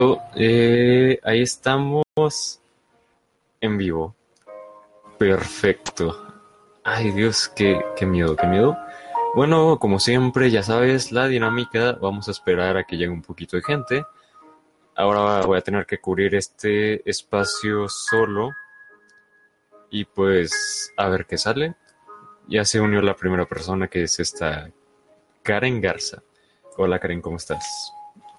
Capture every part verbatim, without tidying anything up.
Eh, ahí estamos en vivo. Perfecto. Ay, Dios, qué, qué miedo, qué miedo. Bueno, como siempre, ya sabes, la dinámica, vamos a esperar a que llegue un poquito de gente. Ahora voy a tener que cubrir este espacio solo. Y pues, a ver qué sale. Ya se unió la primera persona, que es esta Karen Garza. Hola Karen, ¿cómo estás?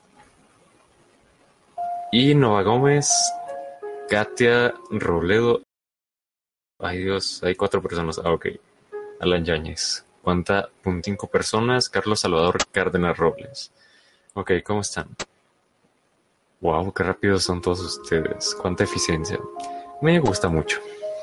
Y Nova Gómez, Katia Robledo. Ay Dios, hay cuatro personas. Ah, ok. Alan Yáñez. Cuenta con cinco personas. Carlos Salvador Cárdenas Robles. Ok, ¿cómo están? Wow, qué rápidos son todos ustedes. Cuánta eficiencia. Me gusta mucho.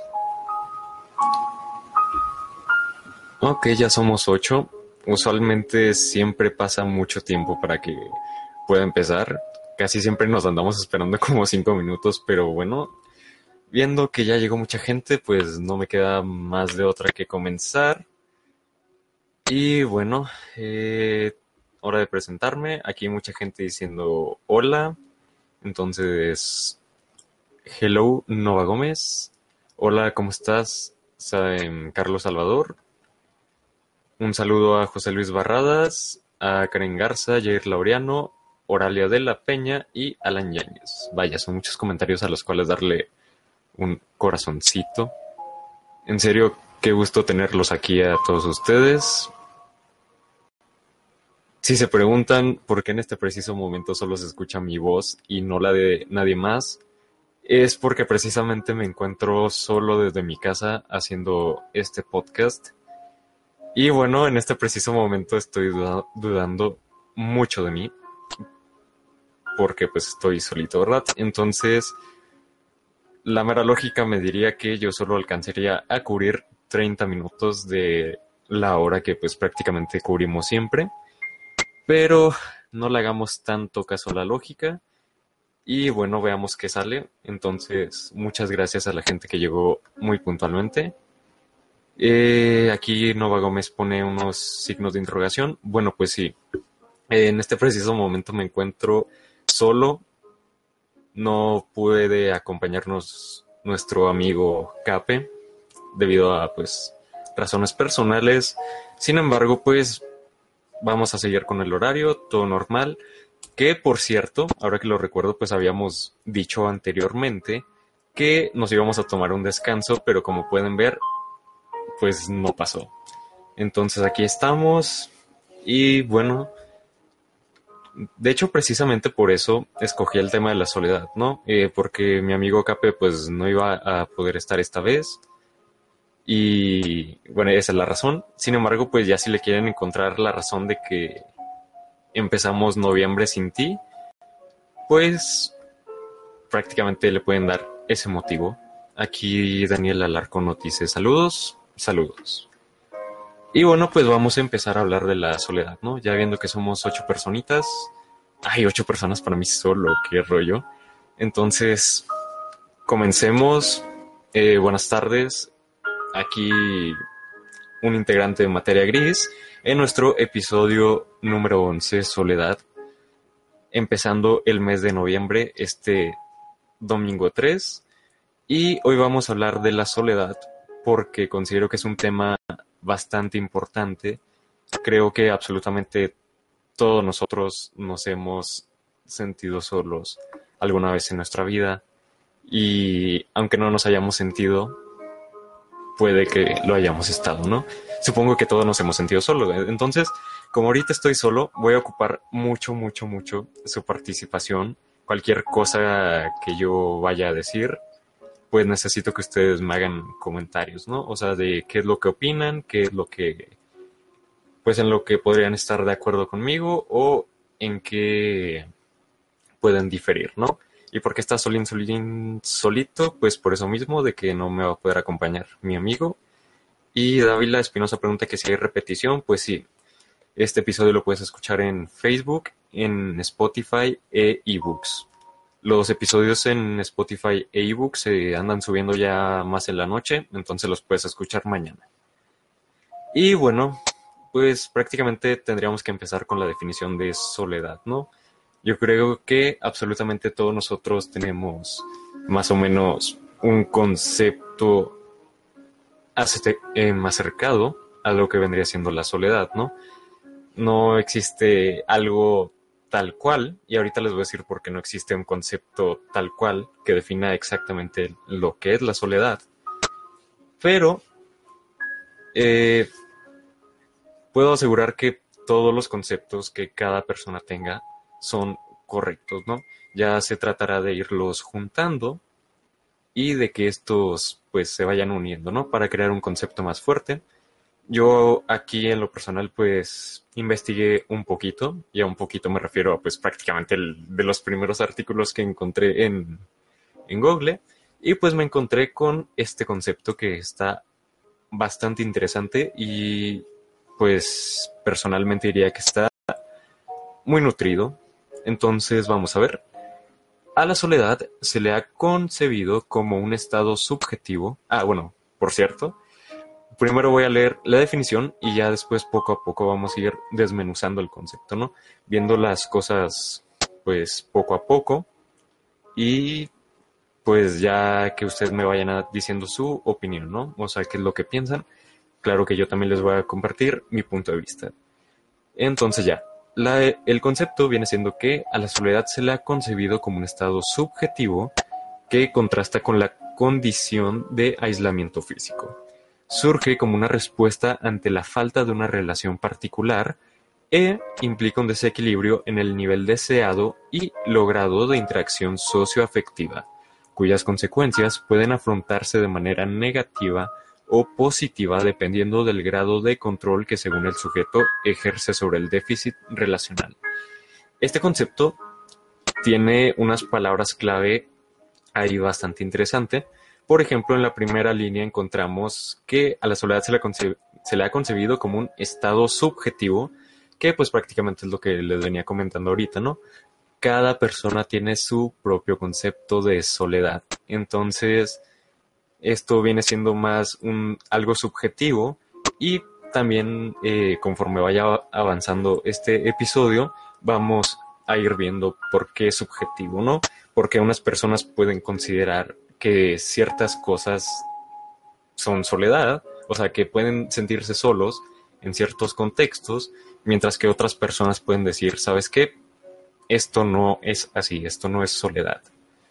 Ok, ya somos ocho. Usualmente siempre pasa mucho tiempo para que pueda empezar. Casi siempre nos andamos esperando como cinco minutos, pero bueno, viendo que ya llegó mucha gente, pues no me queda más de otra que comenzar. Y bueno, eh, hora de presentarme. Aquí hay mucha gente diciendo hola. Entonces, hello, Nova Gómez. Hola, ¿cómo estás? Sa- Carlos Salvador. Un saludo a José Luis Barradas, a Karen Garza, Jair Laureano, Oralia de la Peña y Alan Yáñez. Vaya, son muchos comentarios a los cuales darle un corazoncito. En serio, qué gusto tenerlos aquí a todos ustedes. Si se preguntan por qué en este preciso momento solo se escucha mi voz y no la de nadie más, es porque precisamente me encuentro solo desde mi casa haciendo este podcast. Y bueno, en este preciso momento estoy duda- dudando mucho de mí, porque pues estoy solito, ¿verdad? Entonces, la mera lógica me diría que yo solo alcanzaría a cubrir treinta minutos de la hora que pues prácticamente cubrimos siempre. Pero no le hagamos tanto caso a la lógica. Y bueno, veamos qué sale. Entonces, muchas gracias a la gente que llegó muy puntualmente. Eh, aquí Nova Gómez pone unos signos de interrogación. Bueno, pues sí. En este preciso momento me encuentro solo. No puede acompañarnos nuestro amigo Cape debido a pues razones personales. Sin embargo, pues vamos a seguir con el horario, todo normal. Que por cierto, ahora que lo recuerdo, pues habíamos dicho anteriormente que nos íbamos a tomar un descanso, pero como pueden ver, pues no pasó. Entonces aquí estamos y bueno, de hecho precisamente por eso escogí el tema de la soledad, ¿no? Eh, porque mi amigo Cape pues no iba a poder estar esta vez y bueno, esa es la razón. Sin embargo, pues ya si le quieren encontrar la razón de que empezamos noviembre sin ti, pues prácticamente le pueden dar ese motivo. Aquí Daniel Alarcón nos dice saludos, saludos. Y bueno, pues vamos a empezar a hablar de la soledad, ¿no? Ya viendo que somos ocho personitas. Ay, ocho personas para mí solo, qué rollo. Entonces, comencemos. Eh, buenas tardes. Aquí un integrante de Materia Gris en nuestro episodio número once, Soledad. Empezando el mes de noviembre, este domingo tres. Y hoy vamos a hablar de la soledad porque considero que es un tema bastante importante. Creo que absolutamente todos nosotros nos hemos sentido solos alguna vez en nuestra vida y aunque no nos hayamos sentido, puede que lo hayamos estado, ¿no? Supongo que todos nos hemos sentido solos. Entonces, como ahorita estoy solo, voy a ocupar mucho, mucho, mucho su participación. Cualquier cosa que yo vaya a decir, pues necesito que ustedes me hagan comentarios, ¿no? O sea, de qué es lo que opinan, qué es lo que, pues en lo que podrían estar de acuerdo conmigo o en qué pueden diferir, ¿no? ¿Y por qué está solín, solín, solito? Pues por eso mismo, de que no me va a poder acompañar mi amigo. Y Dávila Espinosa pregunta que si hay repetición, pues sí. Este episodio lo puedes escuchar en Facebook, en Spotify e ebooks. Los episodios en Spotify e ebooks se andan subiendo ya más en la noche, entonces los puedes escuchar mañana. Y bueno, pues prácticamente tendríamos que empezar con la definición de soledad, ¿no? Yo creo que absolutamente todos nosotros tenemos más o menos un concepto ace- eh, más acercado a lo que vendría siendo la soledad, ¿no? No existe algo tal cual, y ahorita les voy a decir por qué no existe un concepto tal cual que defina exactamente lo que es la soledad, pero eh, puedo asegurar que todos los conceptos que cada persona tenga son correctos, ¿no? Ya se tratará de irlos juntando y de que estos pues se vayan uniendo, ¿no? Para crear un concepto más fuerte. Yo aquí en lo personal pues investigué un poquito, y a un poquito me refiero a pues prácticamente el, de los primeros artículos que encontré en, en Google, y pues me encontré con este concepto que está bastante interesante y pues personalmente diría que está muy nutrido. Entonces vamos a ver. A la soledad se le ha concebido como un estado subjetivo. Ah, bueno, por cierto, primero voy a leer la definición y ya después poco a poco vamos a ir desmenuzando el concepto, ¿no? Viendo las cosas pues poco a poco y pues ya que ustedes me vayan a- diciendo su opinión, ¿no? O sea, qué es lo que piensan. Claro que yo también les voy a compartir mi punto de vista. Entonces ya, la- el concepto viene siendo que a la soledad se le ha concebido como un estado subjetivo que contrasta con la condición de aislamiento físico. Surge como una respuesta ante la falta de una relación particular e implica un desequilibrio en el nivel deseado y logrado de interacción socioafectiva, cuyas consecuencias pueden afrontarse de manera negativa o positiva dependiendo del grado de control que según el sujeto ejerce sobre el déficit relacional. Este concepto tiene unas palabras clave ahí bastante interesante. Por ejemplo, en la primera línea encontramos que a la soledad se le, conce- se le ha concebido como un estado subjetivo, que pues prácticamente es lo que les venía comentando ahorita, ¿no? Cada persona tiene su propio concepto de soledad. Entonces, esto viene siendo más un, algo subjetivo, y también eh, conforme vaya avanzando este episodio vamos a ir viendo por qué es subjetivo, ¿no? Porque unas personas pueden considerar que ciertas cosas son soledad, o sea, que pueden sentirse solos en ciertos contextos, mientras que otras personas pueden decir, ¿sabes qué? Esto no es así, esto no es soledad.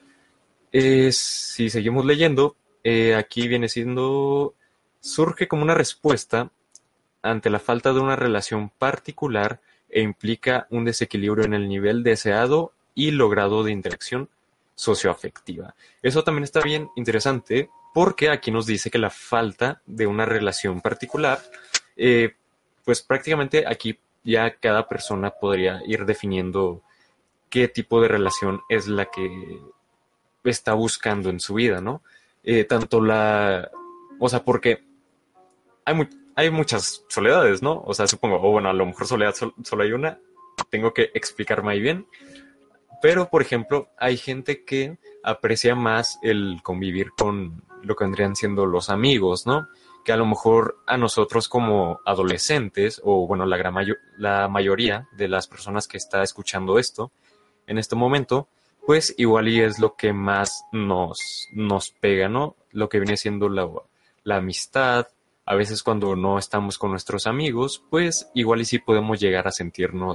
Eh, si seguimos leyendo, eh, aquí viene siendo, surge como una respuesta ante la falta de una relación particular e implica un desequilibrio en el nivel deseado y logrado de interacción socioafectiva. Eso también está bien interesante porque aquí nos dice que la falta de una relación particular, eh, pues prácticamente aquí ya cada persona podría ir definiendo qué tipo de relación es la que está buscando en su vida, ¿no? Eh, tanto la, o sea, porque hay, mu hay muchas soledades, ¿no? O sea, supongo, o bueno, a lo mejor soledad sol solo hay una, tengo que explicarme ahí bien, pero por ejemplo, hay gente que aprecia más el convivir con lo que vendrían siendo los amigos, ¿no? Que a lo mejor a nosotros como adolescentes, o bueno, la gran mayo la mayoría de las personas que está escuchando esto en este momento, pues igual y es lo que más nos, nos pega, ¿no? Lo que viene siendo la, la amistad. A veces cuando no estamos con nuestros amigos, pues igual y sí podemos llegar a sentirnos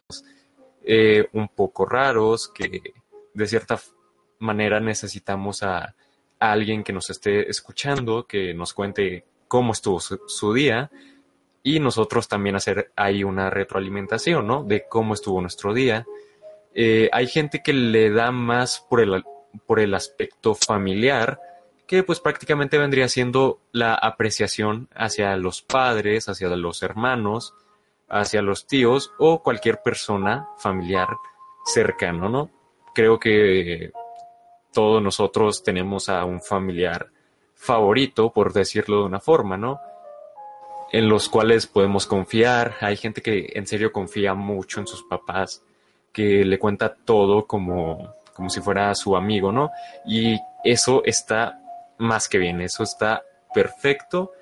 eh, un poco raros, que de cierta manera necesitamos a, a alguien que nos esté escuchando, que nos cuente cómo estuvo su, su día, y nosotros también hacer ahí una retroalimentación, ¿no? De cómo estuvo nuestro día. Eh, hay gente que le da más por el, por el aspecto familiar, que pues prácticamente vendría siendo la apreciación hacia los padres, hacia los hermanos, hacia los tíos o cualquier persona familiar cercano, ¿no? Creo que todos nosotros tenemos a un familiar favorito, por decirlo de una forma, ¿no? En los cuales podemos confiar. Hay gente que en serio confía mucho en sus papás, que le cuenta todo como, como si fuera su amigo, ¿no? Y eso está más que bien, eso está perfecto.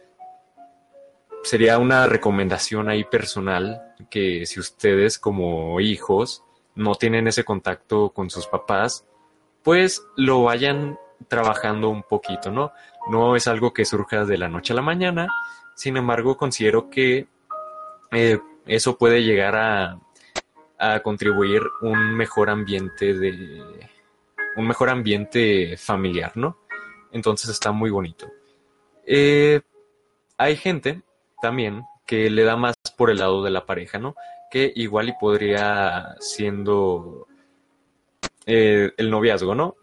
Sería una recomendación ahí personal que si ustedes como hijos no tienen ese contacto con sus papás, pues lo vayan trabajando un poquito, ¿no? No es algo que surja de la noche a la mañana, sin embargo, considero que eh, eso puede llegar a, a contribuir un mejor ambiente de un mejor ambiente familiar, ¿no? Entonces está muy bonito. Eh, Hay gente también que le da más por el lado de la pareja, ¿no? Que igual y podría siendo eh, el noviazgo, ¿no?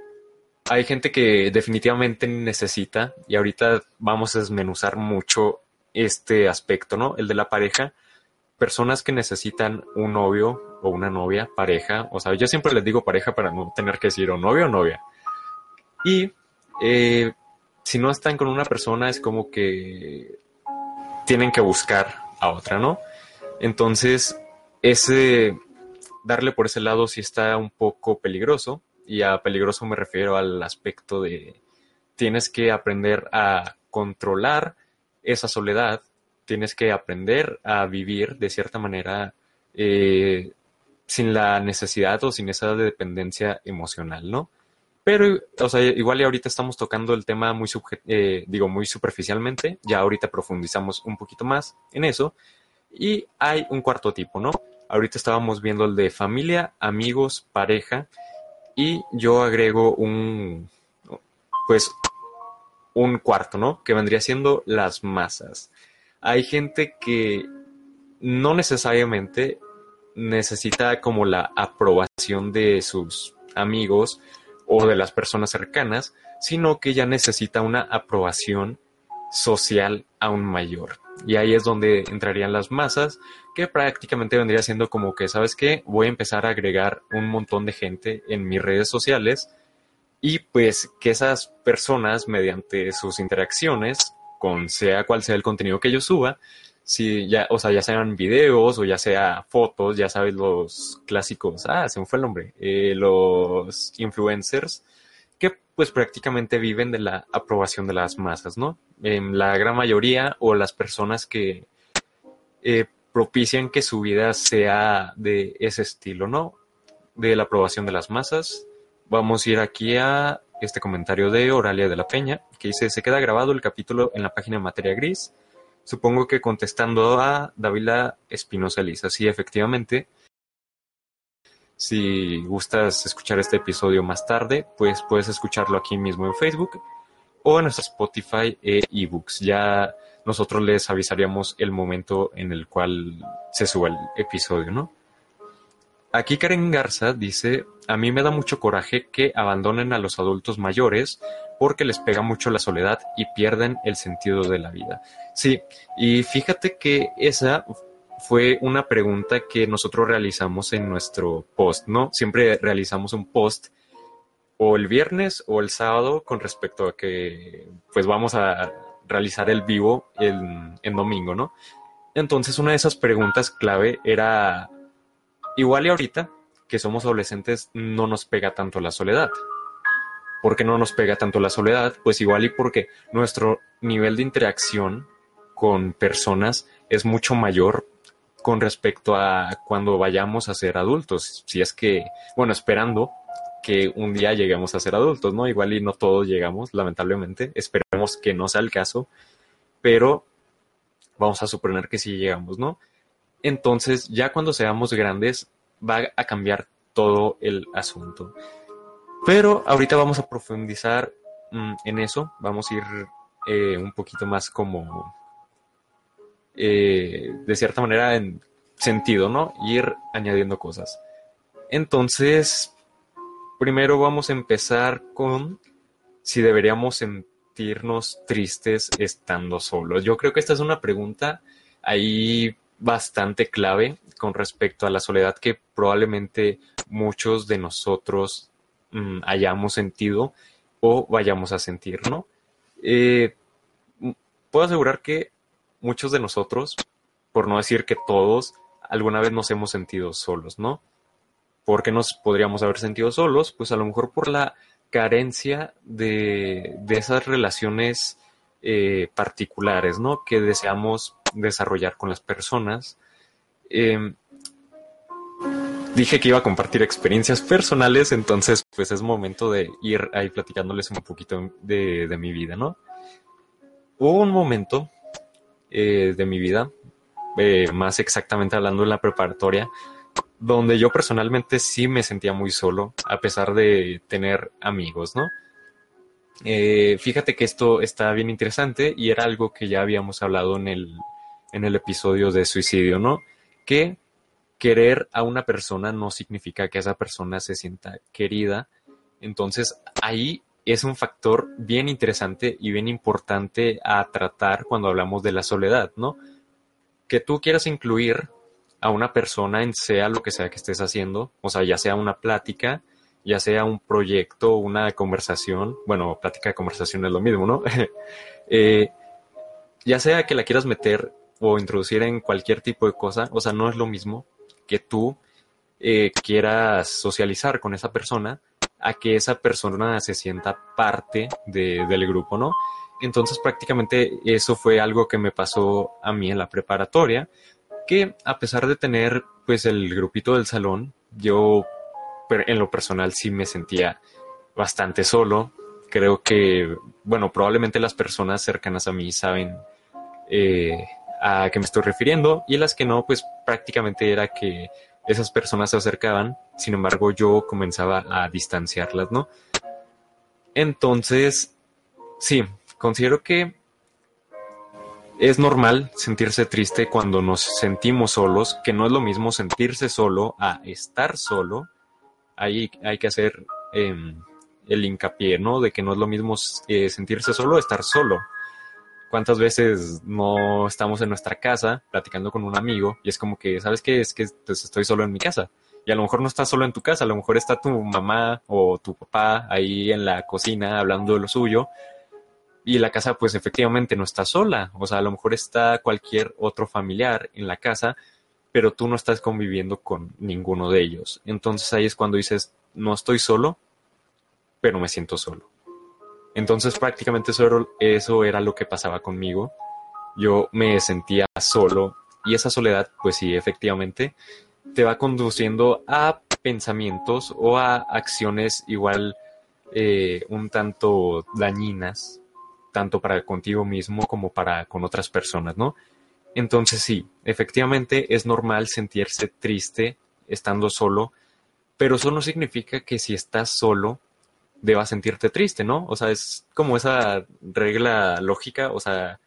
Hay gente que definitivamente necesita, y ahorita vamos a desmenuzar mucho este aspecto, ¿no? El de la pareja. Personas que necesitan un novio o una novia, pareja, o sea, yo siempre les digo pareja para no tener que decir o novio o novia. Y eh, si no están con una persona es como que tienen que buscar a otra, ¿no? Entonces, ese darle por ese lado sí está un poco peligroso, y a peligroso me refiero al aspecto de tienes que aprender a controlar esa soledad, tienes que aprender a vivir de cierta manera eh, sin la necesidad o sin esa dependencia emocional, ¿no? Pero, o sea, igual y ahorita estamos tocando el tema muy, subje- eh, digo, muy superficialmente, ya ahorita profundizamos un poquito más en eso, y hay un cuarto tipo, ¿no? Ahorita estábamos viendo el de familia, amigos, pareja, y yo agrego un, pues, un cuarto, ¿no? Que vendría siendo las masas. Hay gente que no necesariamente necesita como la aprobación de sus amigos o de las personas cercanas, sino que ya necesita una aprobación social aún mayor. Y ahí es donde entrarían las masas, que prácticamente vendría siendo como que, ¿sabes qué? Voy a empezar a agregar un montón de gente en mis redes sociales, y pues que esas personas, mediante sus interacciones, con sea cual sea el contenido que yo suba, si ya, o sea, ya sean videos o ya sea fotos, ya sabes, los clásicos, ah, se me fue el nombre, eh, los influencers, que pues prácticamente viven de la aprobación de las masas, ¿no? Eh, la gran mayoría, o las personas que eh, propician que su vida sea de ese estilo, ¿no? De la aprobación de las masas. Vamos a ir aquí a este comentario de Oralia de la Peña, que dice: se queda grabado el capítulo en la página Materia Gris. Supongo que contestando a Dávila Espinosa Eliza. Sí, efectivamente. Si gustas escuchar este episodio más tarde, pues puedes escucharlo aquí mismo en Facebook o en nuestro Spotify e ebooks. Ya nosotros les avisaríamos el momento en el cual se suba el episodio, ¿no? Aquí Karen Garza dice: a mí me da mucho coraje que abandonen a los adultos mayores porque les pega mucho la soledad y pierden el sentido de la vida. Sí, y fíjate que esa fue una pregunta que nosotros realizamos en nuestro post, ¿no? Siempre realizamos un post o el viernes o el sábado con respecto a que pues vamos a realizar el vivo en, en domingo, ¿no? Entonces una de esas preguntas clave era: igual y ahorita que somos adolescentes no nos pega tanto la soledad. ¿Por qué no nos pega tanto la soledad? Pues igual y porque nuestro nivel de interacción con personas es mucho mayor con respecto a cuando vayamos a ser adultos. Si es que, bueno, esperando que un día lleguemos a ser adultos, ¿no? Igual y no todos llegamos, lamentablemente. Esperemos que no sea el caso, pero vamos a suponer que sí llegamos, ¿no? Entonces, ya cuando seamos grandes, va a cambiar todo el asunto. Pero ahorita vamos a profundizar mmm, en eso. Vamos a ir eh, un poquito más como, eh, de cierta manera, en sentido, ¿no? Ir añadiendo cosas. Entonces, primero vamos a empezar con si deberíamos sentirnos tristes estando solos. Yo creo que esta es una pregunta ahí bastante clave con respecto a la soledad que probablemente muchos de nosotros mmm, hayamos sentido o vayamos a sentir, ¿no? Eh, puedo asegurar que muchos de nosotros, por no decir que todos, alguna vez nos hemos sentido solos, ¿no? ¿Por qué nos podríamos haber sentido solos? Pues a lo mejor por la carencia de, de esas relaciones eh, particulares, ¿no? Que deseamos desarrollar con las personas. Eh, dije que iba a compartir experiencias personales, entonces pues es momento de ir ahí platicándoles un poquito de, de mi vida, ¿no? Hubo un momento eh, de mi vida, eh, más exactamente hablando en la preparatoria, donde yo personalmente sí me sentía muy solo, a pesar de tener amigos, ¿no? Eh, fíjate que esto está bien interesante y era algo que ya habíamos hablado en el, en el episodio de suicidio, ¿no? Que querer a una persona no significa que esa persona se sienta querida. Entonces, ahí es un factor bien interesante y bien importante a tratar cuando hablamos de la soledad, ¿no? Que tú quieras incluir a una persona en sea lo que sea que estés haciendo, o sea, ya sea una plática, ya sea un proyecto, una conversación, bueno, plática de conversación es lo mismo, ¿no? eh, ya sea que la quieras meter o introducir en cualquier tipo de cosa, o sea, no es lo mismo que tú eh, quieras socializar con esa persona a que esa persona se sienta parte de, del grupo, ¿no? Entonces prácticamente eso fue algo que me pasó a mí en la preparatoria, que a pesar de tener pues el grupito del salón, yo en lo personal sí me sentía bastante solo. Creo que, bueno, probablemente las personas cercanas a mí saben eh, a qué me estoy refiriendo, y las que no, pues prácticamente era que esas personas se acercaban, sin embargo yo comenzaba a distanciarlas, ¿no? Entonces, sí, considero que es normal sentirse triste cuando nos sentimos solos, que no es lo mismo sentirse solo a estar solo. Ahí hay que hacer eh, el hincapié, ¿no? De que no es lo mismo eh, sentirse solo a estar solo. ¿Cuántas veces no estamos en nuestra casa platicando con un amigo y es como que, ¿sabes qué? Es que pues, estoy solo en mi casa. Y a lo mejor no estás solo en tu casa, a lo mejor está tu mamá o tu papá ahí en la cocina hablando de lo suyo, y la casa pues efectivamente no está sola. O sea, a lo mejor está cualquier otro familiar en la casa, pero tú no estás conviviendo con ninguno de ellos. Entonces ahí es cuando dices, no estoy solo, pero me siento solo. Entonces prácticamente eso era, eso era lo que pasaba conmigo. Yo me sentía solo y esa soledad, pues sí, efectivamente, te va conduciendo a pensamientos o a acciones igual eh, un tanto dañinas, tanto para contigo mismo como para con otras personas, ¿no? Entonces sí, efectivamente es normal sentirse triste estando solo, pero eso no significa que si estás solo debas sentirte triste, ¿no? O sea, es como esa regla lógica, o sea,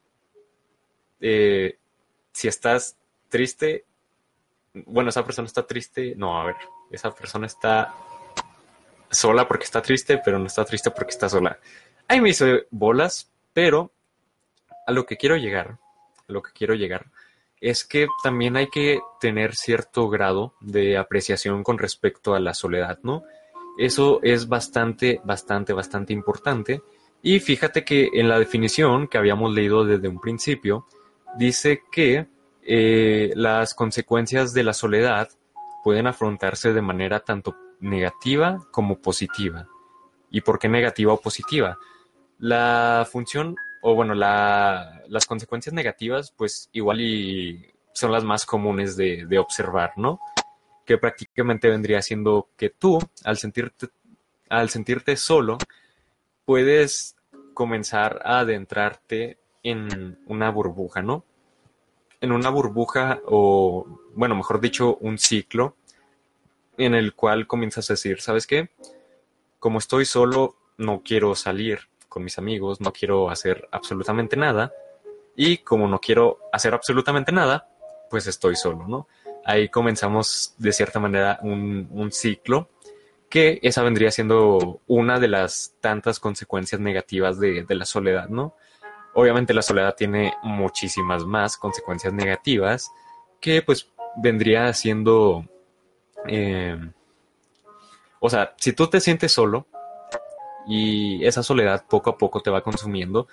eh, si estás triste, bueno, esa persona está triste, no, a ver, esa persona está sola porque está triste, pero no está triste porque está sola. Ahí me hice bolas, pero a lo que quiero llegar, a lo que quiero llegar, es que también hay que tener cierto grado de apreciación con respecto a la soledad, ¿no? Eso es bastante, bastante, bastante importante. Y fíjate que en la definición que habíamos leído desde un principio, dice que eh, las consecuencias de la soledad pueden afrontarse de manera tanto negativa como positiva. ¿Y por qué negativa o positiva? La función, o bueno, la, las consecuencias negativas, pues igual y son las más comunes de, de observar, ¿no? Que prácticamente vendría siendo que tú, al sentirte, al sentirte solo, puedes comenzar a adentrarte en una burbuja, ¿no? En una burbuja o, bueno, mejor dicho, un ciclo en el cual comienzas a decir, ¿sabes qué? Como estoy solo, no quiero salir con mis amigos, no quiero hacer absolutamente nada, y como no quiero hacer absolutamente nada, pues estoy solo, ¿no? Ahí comenzamos de cierta manera un, un ciclo, que esa vendría siendo una de las tantas consecuencias negativas de, de la soledad, ¿no? Obviamente la soledad tiene muchísimas más consecuencias negativas, que pues vendría siendo, eh, o sea, si tú te sientes solo y esa soledad poco a poco te va consumiendo,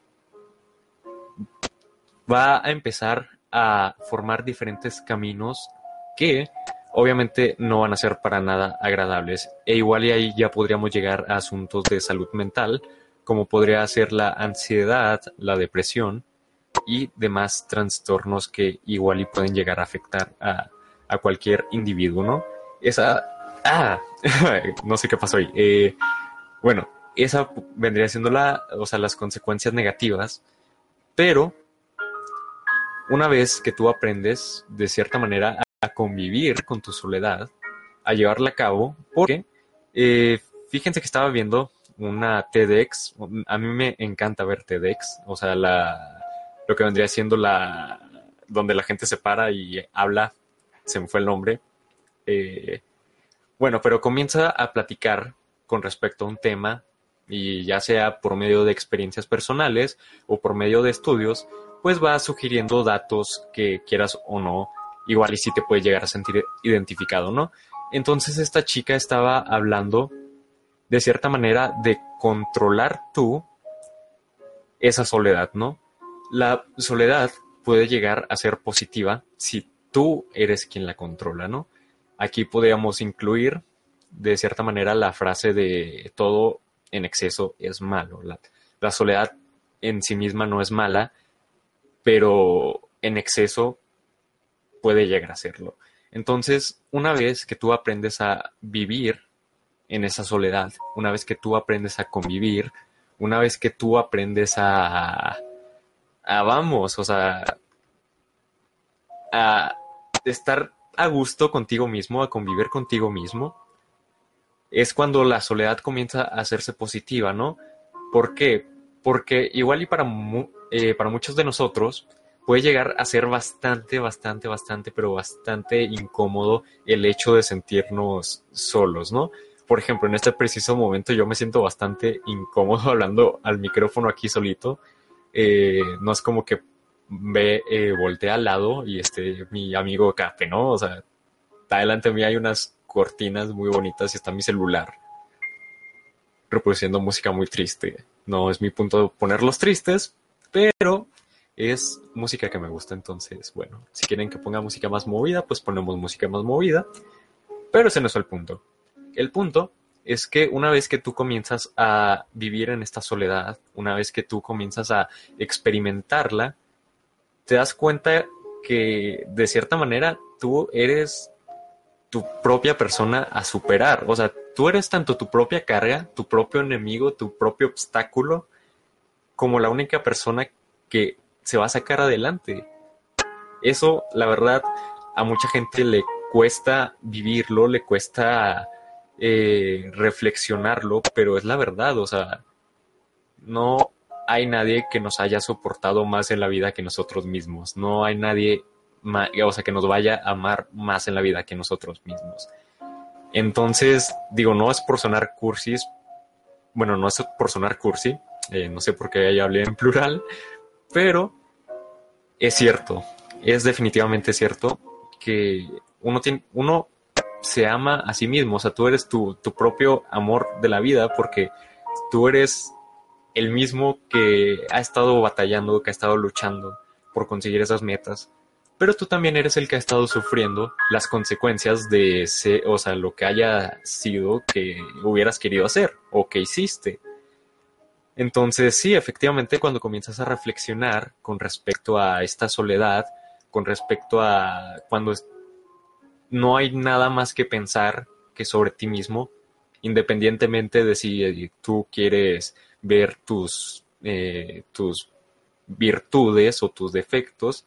va a empezar a formar diferentes caminos que obviamente no van a ser para nada agradables. E igual y ahí ya podríamos llegar a asuntos de salud mental, como podría ser la ansiedad, la depresión y demás trastornos que igual y pueden llegar a afectar a, a cualquier individuo, ¿no? esa... Ah, no sé qué pasó ahí. Eh, bueno, esa vendría siendo la, o sea, las consecuencias negativas, pero una vez que tú aprendes de cierta manera a, a convivir con tu soledad, a llevarla a cabo, porque eh, fíjense que estaba viendo una TEDx, a mí me encanta ver TEDx, o sea, la, lo que vendría siendo la, donde la gente se para y habla, se me fue el nombre, eh, bueno, pero comienza a platicar con respecto a un tema y ya sea por medio de experiencias personales o por medio de estudios, pues va sugiriendo datos que quieras o no, igual y si te puedes llegar a sentir identificado, ¿no? Entonces esta chica estaba hablando de cierta manera de controlar tú esa soledad, ¿no? La soledad puede llegar a ser positiva si tú eres quien la controla, ¿no? Aquí podríamos incluir de cierta manera la frase de todo en exceso es malo. La, la soledad en sí misma no es mala, pero en exceso puede llegar a serlo. Entonces, una vez que tú aprendes a vivir en esa soledad, una vez que tú aprendes a convivir, una vez que tú aprendes a, a vamos, o sea, a estar a gusto contigo mismo, a convivir contigo mismo, es cuando la soledad comienza a hacerse positiva, ¿no? ¿Por qué? Porque igual y para, mu eh, para muchos de nosotros puede llegar a ser bastante, bastante, bastante, pero bastante incómodo el hecho de sentirnos solos, ¿no? Por ejemplo, en este preciso momento yo me siento bastante incómodo hablando al micrófono aquí solito. Eh, no es como que ve, eh, voltea al lado y este, mi amigo Cape, ¿no? O sea, adelante de mí hay unas cortinas muy bonitas y está mi celular reproduciendo música muy triste. No es mi punto de ponerlos tristes, pero es música que me gusta, entonces, bueno, si quieren que ponga música más movida, pues ponemos música más movida, pero ese no es el punto. El punto es que una vez que tú comienzas a vivir en esta soledad, una vez que tú comienzas a experimentarla, te das cuenta que de cierta manera tú eres tu propia persona a superar. O sea, tú eres tanto tu propia carga, tu propio enemigo, tu propio obstáculo, como la única persona que se va a sacar adelante. Eso, la verdad, a mucha gente le cuesta vivirlo, le cuesta eh, reflexionarlo, pero es la verdad. O sea, no hay nadie que nos haya soportado más en la vida que nosotros mismos. No hay nadie, o sea, que nos vaya a amar más en la vida que nosotros mismos. Entonces, digo, no es por sonar cursis, bueno, no es por sonar cursi, eh, no sé por qué ya hablé en plural, pero es cierto, es definitivamente cierto que uno tiene, uno se ama a sí mismo, o sea, tú eres tu, tu propio amor de la vida porque tú eres el mismo que ha estado batallando, que ha estado luchando por conseguir esas metas, pero tú también eres el que ha estado sufriendo las consecuencias de ese, o sea, lo que haya sido que hubieras querido hacer o que hiciste. Entonces, sí, efectivamente, cuando comienzas a reflexionar con respecto a esta soledad, con respecto a cuando no hay nada más que pensar que sobre ti mismo, independientemente de si tú quieres ver tus, eh, tus virtudes o tus defectos,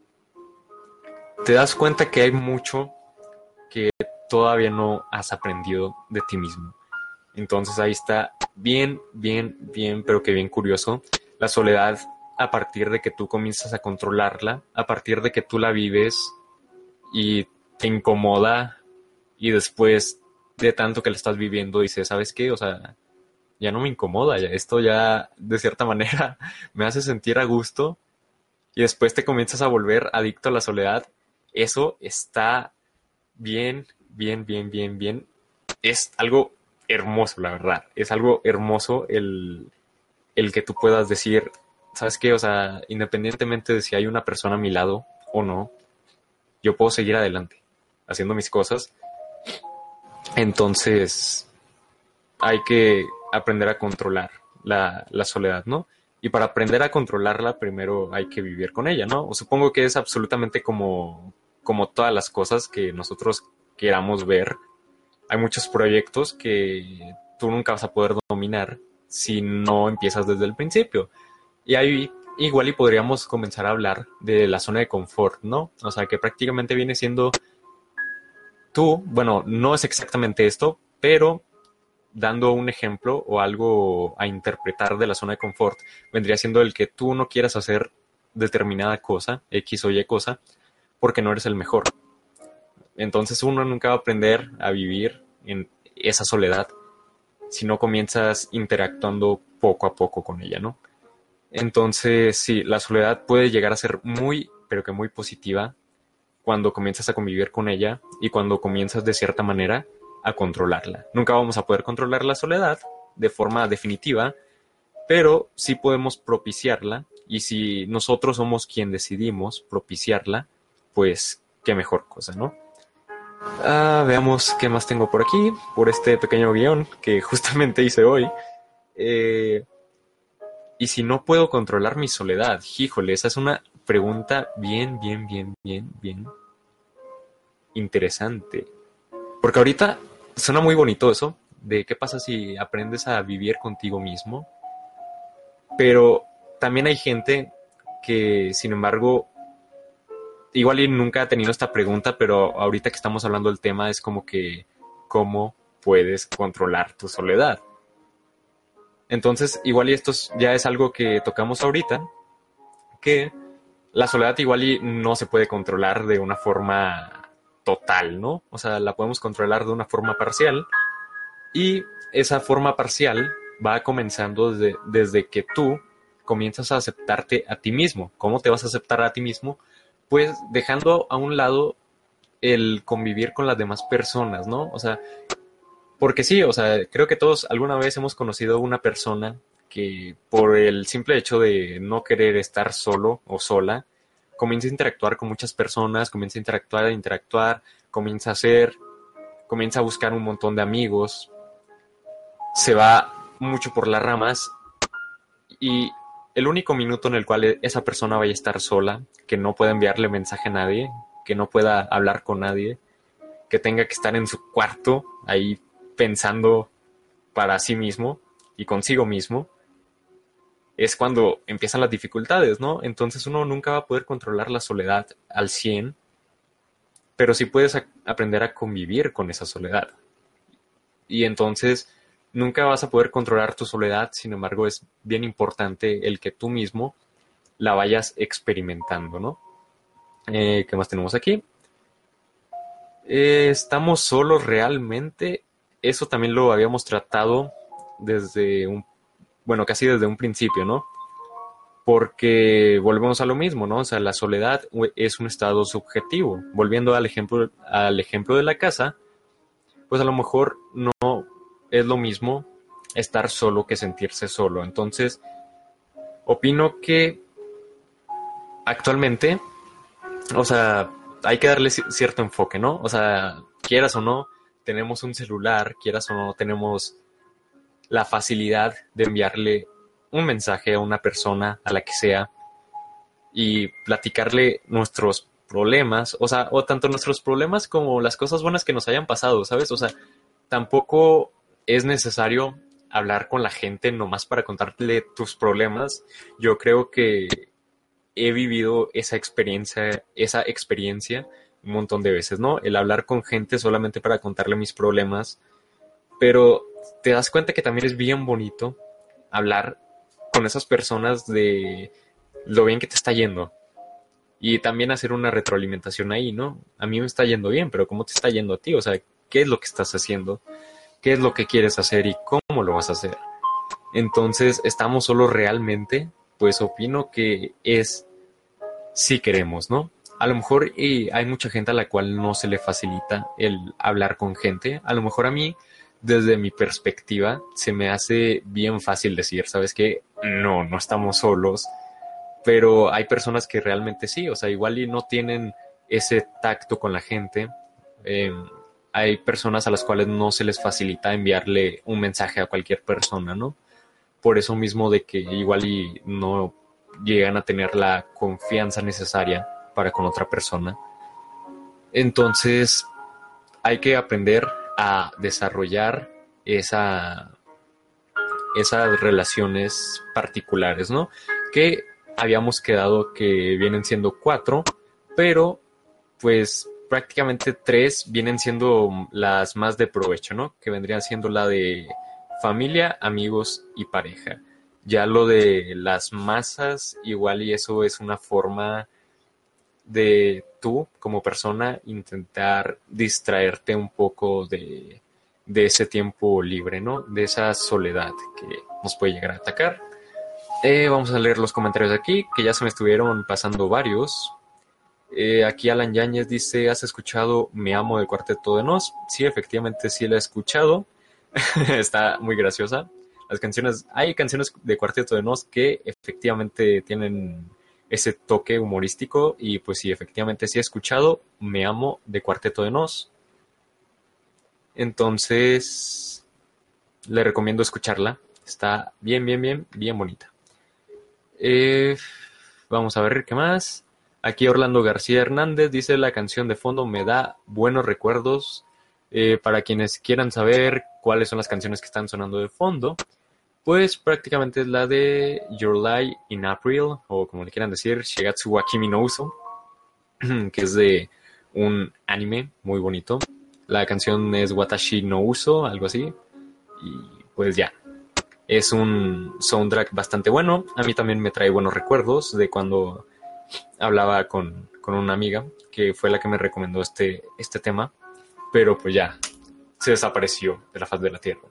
te das cuenta que hay mucho que todavía no has aprendido de ti mismo. Entonces ahí está bien, bien, bien, pero que bien curioso. La soledad, a partir de que tú comienzas a controlarla, a partir de que tú la vives y te incomoda y después de tanto que la estás viviendo dices, ¿sabes qué? O sea, ya no me incomoda, ya esto ya de cierta manera me hace sentir a gusto y después te comienzas a volver adicto a la soledad. Eso está bien, bien, bien, bien, bien. Es algo hermoso, la verdad. Es algo hermoso el, el que tú puedas decir, ¿sabes qué? O sea, independientemente de si hay una persona a mi lado o no, yo puedo seguir adelante haciendo mis cosas. Entonces, hay que aprender a controlar la, la soledad, ¿no? Y para aprender a controlarla, primero hay que vivir con ella, ¿no? O supongo que es absolutamente como, como todas las cosas que nosotros queramos ver. Hay muchos proyectos que tú nunca vas a poder dominar si no empiezas desde el principio. Y ahí igual y podríamos comenzar a hablar de la zona de confort, ¿no? O sea, que prácticamente viene siendo tú, bueno, no es exactamente esto, pero dando un ejemplo o algo a interpretar de la zona de confort, vendría siendo el que tú no quieras hacer determinada cosa, X o Y cosa, porque no eres el mejor. Entonces uno nunca va a aprender a vivir en esa soledad si no comienzas interactuando poco a poco con ella, ¿no? Entonces, sí, la soledad puede llegar a ser muy, pero que muy positiva cuando comienzas a convivir con ella y cuando comienzas de cierta manera a controlarla. Nunca vamos a poder controlar la soledad de forma definitiva, pero sí podemos propiciarla, y si nosotros somos quien decidimos propiciarla, pues qué mejor cosa, ¿no? Ah, veamos qué más tengo por aquí, por este pequeño guión que justamente hice hoy. Eh, y si no puedo controlar mi soledad, híjole, esa es una pregunta bien, bien, bien, bien, bien interesante. Porque ahorita suena muy bonito eso, de qué pasa si aprendes a vivir contigo mismo, pero también hay gente que, sin embargo, igual y nunca ha tenido esta pregunta, pero ahorita que estamos hablando del tema es como que, ¿cómo puedes controlar tu soledad? Entonces, igual y esto ya es algo que tocamos ahorita, que la soledad igual y no se puede controlar de una forma total, ¿no? O sea, la podemos controlar de una forma parcial, y esa forma parcial va comenzando desde, desde que tú comienzas a aceptarte a ti mismo. ¿Cómo te vas a aceptar a ti mismo? Pues dejando a un lado el convivir con las demás personas, ¿no? O sea, porque sí, o sea, creo que todos alguna vez hemos conocido a una persona que por el simple hecho de no querer estar solo o sola, comienza a interactuar con muchas personas, comienza a interactuar, a interactuar, comienza a hacer, comienza a buscar un montón de amigos, se va mucho por las ramas, y el único minuto en el cual esa persona vaya a estar sola, que no pueda enviarle mensaje a nadie, que no pueda hablar con nadie, que tenga que estar en su cuarto ahí pensando para sí mismo y consigo mismo, es cuando empiezan las dificultades, ¿no? Entonces uno nunca va a poder controlar la soledad al cien, pero sí puedes a- aprender a convivir con esa soledad. Y entonces nunca vas a poder controlar tu soledad, sin embargo es bien importante el que tú mismo la vayas experimentando, ¿no? Eh, ¿qué más tenemos aquí? Eh, ¿estamos solos realmente? Eso también lo habíamos tratado desde un, bueno, casi desde un principio, ¿no? Porque volvemos a lo mismo, ¿no? O sea, la soledad es un estado subjetivo. Volviendo al ejemplo, al ejemplo de la casa, pues a lo mejor no es lo mismo estar solo que sentirse solo. Entonces, opino que actualmente, o sea, hay que darle cierto enfoque, ¿no? O sea, quieras o no, tenemos un celular, quieras o no, tenemos la facilidad de enviarle un mensaje a una persona, a la que sea, y platicarle nuestros problemas, o sea, o tanto nuestros problemas como las cosas buenas que nos hayan pasado, ¿sabes? O sea, tampoco es necesario hablar con la gente nomás para contarle tus problemas. Yo creo que he vivido esa experiencia, esa experiencia un montón de veces, ¿no? El hablar con gente solamente para contarle mis problemas, pero te das cuenta que también es bien bonito hablar con esas personas de lo bien que te está yendo, y también hacer una retroalimentación ahí, ¿no? A mí me está yendo bien, pero ¿cómo te está yendo a ti? O sea, ¿qué es lo que estás haciendo? ¿Qué es lo que quieres hacer y cómo lo vas a hacer? Entonces, ¿estamos solos realmente? Pues opino que es si queremos, ¿no? A lo mejor y hay mucha gente a la cual no se le facilita el hablar con gente. A lo mejor a mí, desde mi perspectiva, se me hace bien fácil decir, ¿sabes qué? No, no estamos solos. Pero hay personas que realmente sí, o sea, igual y no tienen ese tacto con la gente. Eh, hay personas a las cuales no se les facilita enviarle un mensaje a cualquier persona, ¿no? Por eso mismo de que igual y no llegan a tener la confianza necesaria para con otra persona. Entonces, hay que aprender a desarrollar esa, esas relaciones particulares, ¿no? Que habíamos quedado que vienen siendo cuatro, pero pues prácticamente tres vienen siendo las más de provecho, ¿no? Que vendrían siendo la de familia, amigos y pareja. Ya lo de las masas, igual y eso es una forma de tú como persona intentar distraerte un poco de, de ese tiempo libre, ¿no? De esa soledad que nos puede llegar a atacar. Eh, vamos a leer los comentarios de aquí, que ya se me estuvieron pasando varios. Eh, aquí Alan Yáñez dice, ¿has escuchado Me Amo de Cuarteto de Nos? Sí, efectivamente sí la he escuchado. Está muy graciosa. Las canciones, hay canciones de Cuarteto de Nos que efectivamente tienen ese toque humorístico y pues sí, efectivamente sí he escuchado Me Amo de Cuarteto de Nos. Entonces, le recomiendo escucharla. Está bien, bien, bien, bien bonita. Eh, vamos a ver qué más. Aquí Orlando García Hernández dice, la canción de fondo me da buenos recuerdos. Eh, para quienes quieran saber cuáles son las canciones que están sonando de fondo, pues prácticamente es la de Your Lie in April, o como le quieran decir, Shigatsu wa Kimi no Uso, que es de un anime muy bonito. La canción es Watashi no Uso, algo así. Y pues ya, es un soundtrack bastante bueno. A mí también me trae buenos recuerdos de cuando hablaba con, con una amiga, que fue la que me recomendó este, este tema. Pero pues ya, se desapareció de la faz de la tierra.